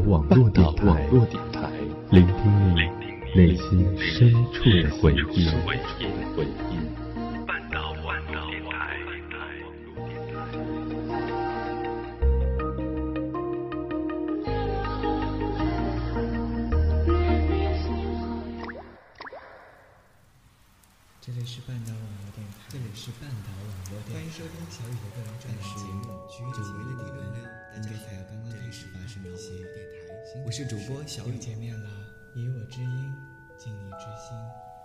网络电台，聆听你内心深处的回忆。半岛网络电台。 这里是半岛网络电台，欢迎收听小雨的个人专栏节目《久违的低能量》，应该才刚刚开始发生的一些电台。我是主播小雨，见面了，以我之音敬你之心。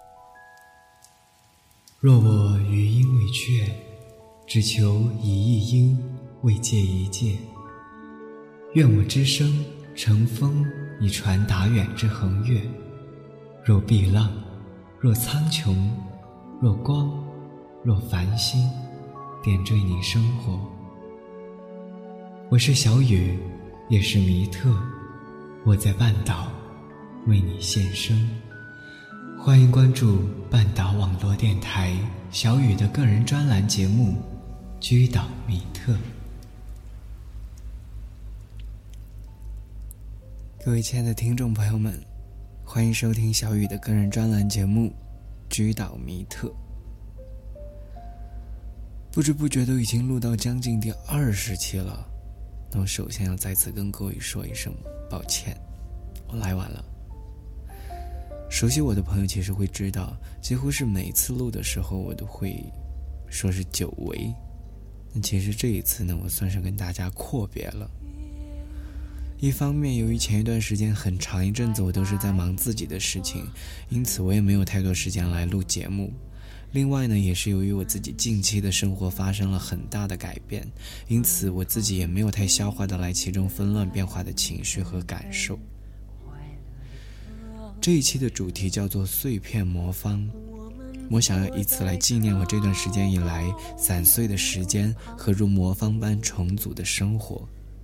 若我余音未却，只求一亿音未借一借。愿我之声乘风以传达远之横越。若碧浪，若苍穹，若光，若繁星，点缀你生活。我是小雨，也是弥特，我在半岛为你献声。欢迎关注半岛网络电台小雨的个人专栏节目《居岛弥特》。各位亲爱的听众朋友们，欢迎收听小雨的个人专栏节目《居岛弥特》。不知不觉都已经录到将近第20期了，那我首先要再次跟各位说一声抱歉，我来晚了。熟悉我的朋友其实会知道，几乎是每次录的时候我都会说是久违，但其实这一次呢，我算是跟大家阔别了。一方面由于前一段时间很长一阵子我都是在忙自己的事情，因此我也没有太多时间来录节目。另外呢，也是由于我自己近期的生活发生了很大的改变，因此我自己也没有太消化得来其中纷乱变化的情绪和感受。这一期的主题叫做碎片魔方，我想要以此来纪念我这段时间以来散碎的时间和如魔方般重组的生活。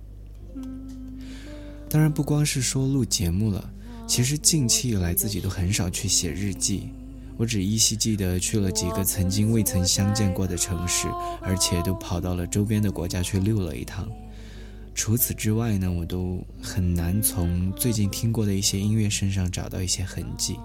当然不光是说录节目了，其实近期以来自己都很少去写日记，我只依稀记得去了几个曾经未曾相见过的城市，而且都跑到了周边的国家去溜了一趟。除此之外呢，我都很难从最近听过的一些音乐身上找到一些痕迹。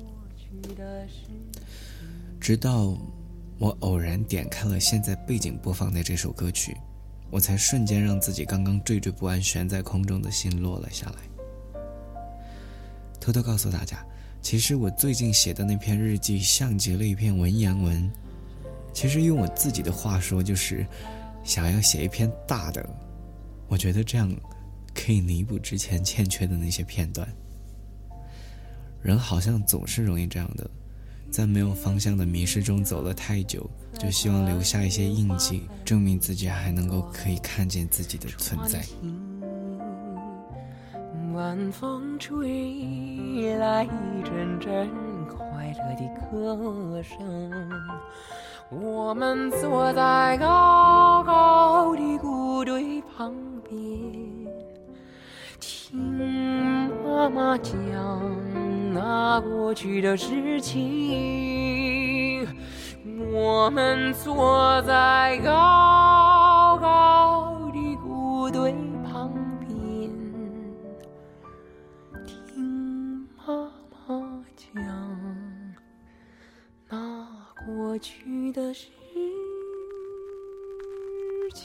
直到我偶然点开了现在背景播放的这首歌曲，我才瞬间让自己刚刚惴惴不安悬在空中的心落了下来。偷偷告诉大家，其实我最近写的那篇日记像极了一篇文言文，其实用我自己的话说，就是想要写一篇大的，我觉得这样可以弥补之前欠缺的那些片段。人好像总是容易这样的，在没有方向的迷失中走了太久，就希望留下一些印记，证明自己还能够可以看见自己的存在。 晚风吹来一阵阵快乐的歌声，我们坐在高高的谷堆旁边，听妈妈讲那过去的事情。我们坐在高高的谷堆旁边，听妈妈讲那过去的事情。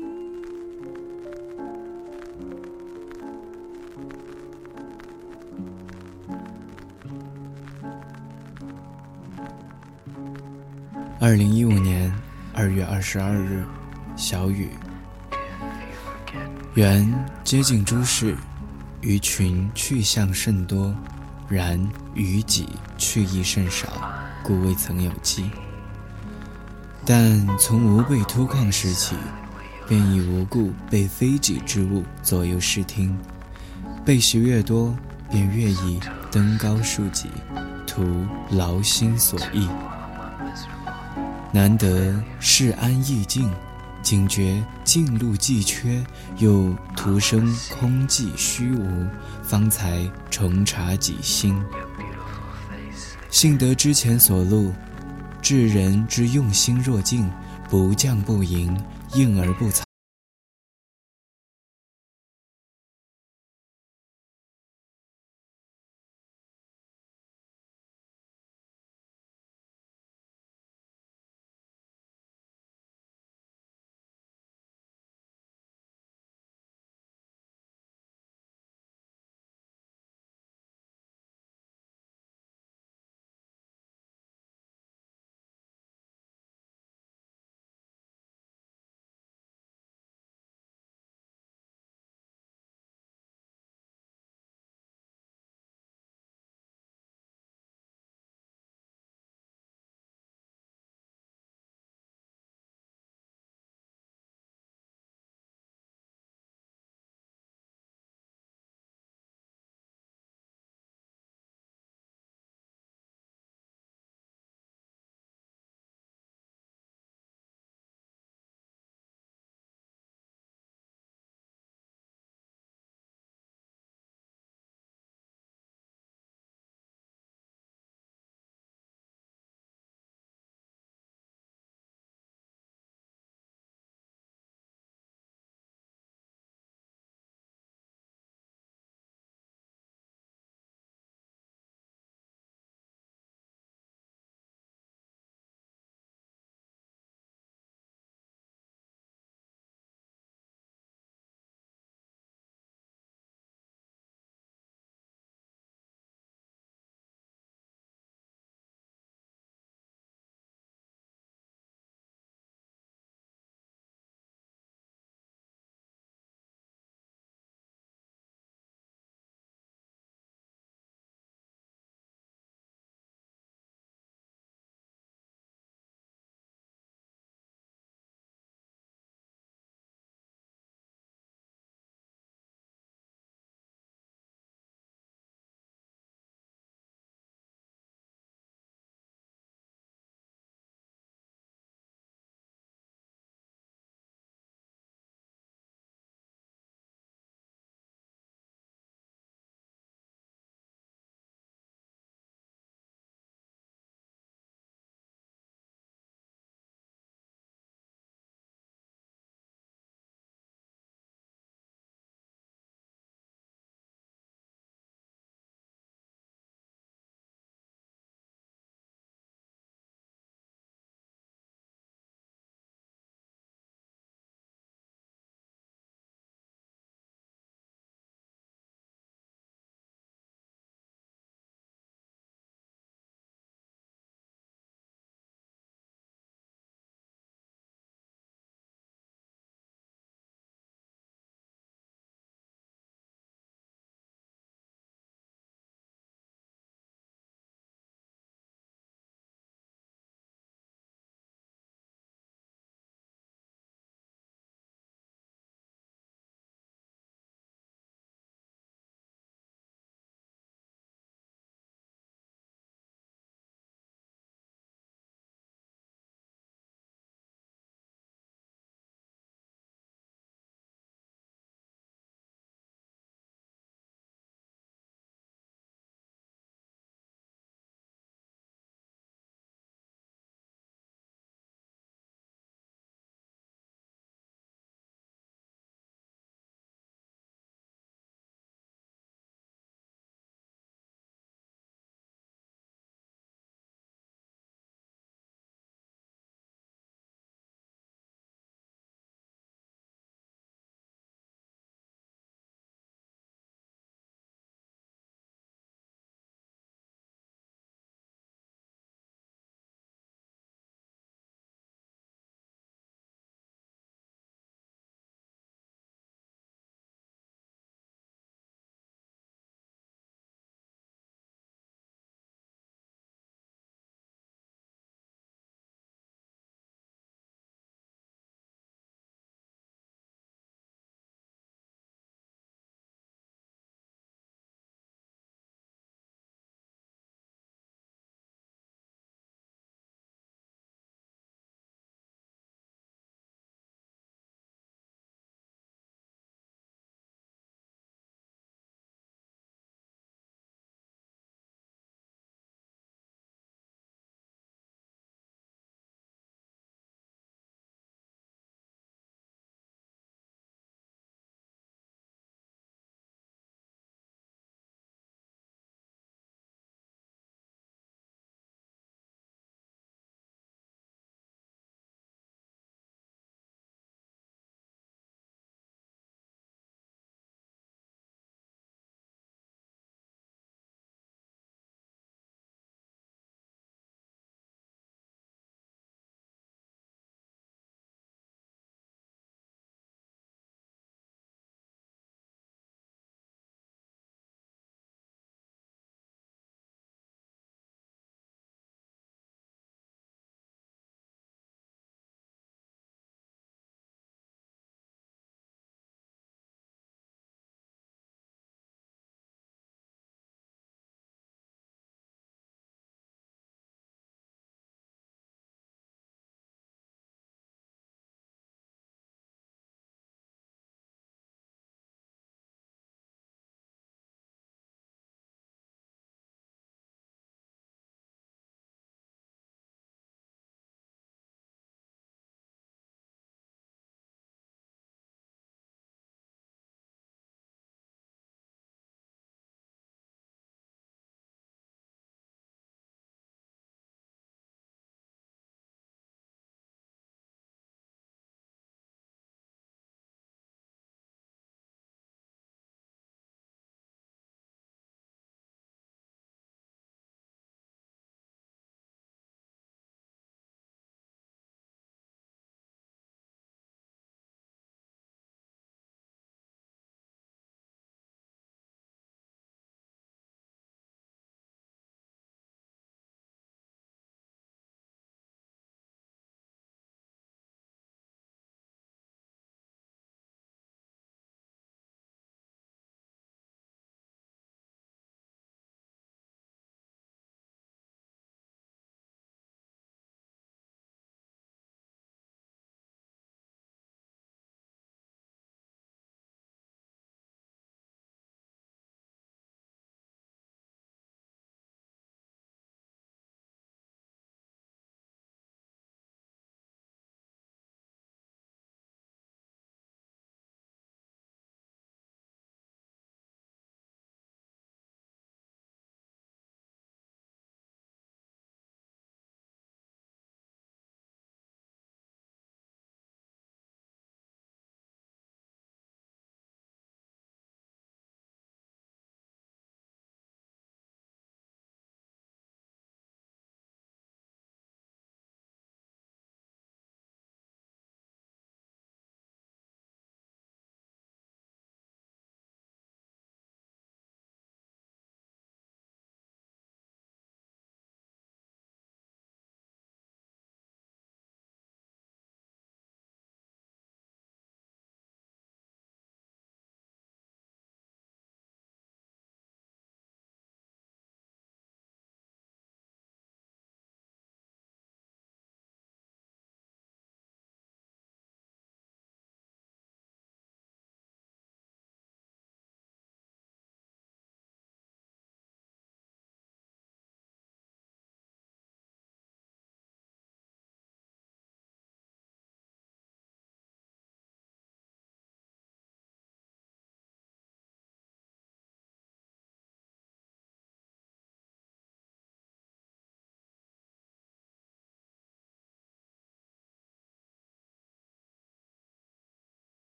2015年2月22日，小雨。缘接近诸事，于群去向甚多，然于己去意甚少，故未曾有记。但从无备突旷时起，便以无故被非己之物左右视听，备习越多，便越以登高树己，图劳心所役。难得世安意静，警觉近路既缺，又徒生空寂虚无，方才重察己心。幸得之前所录，治人之用心若镜，不降不迎，应而不藏，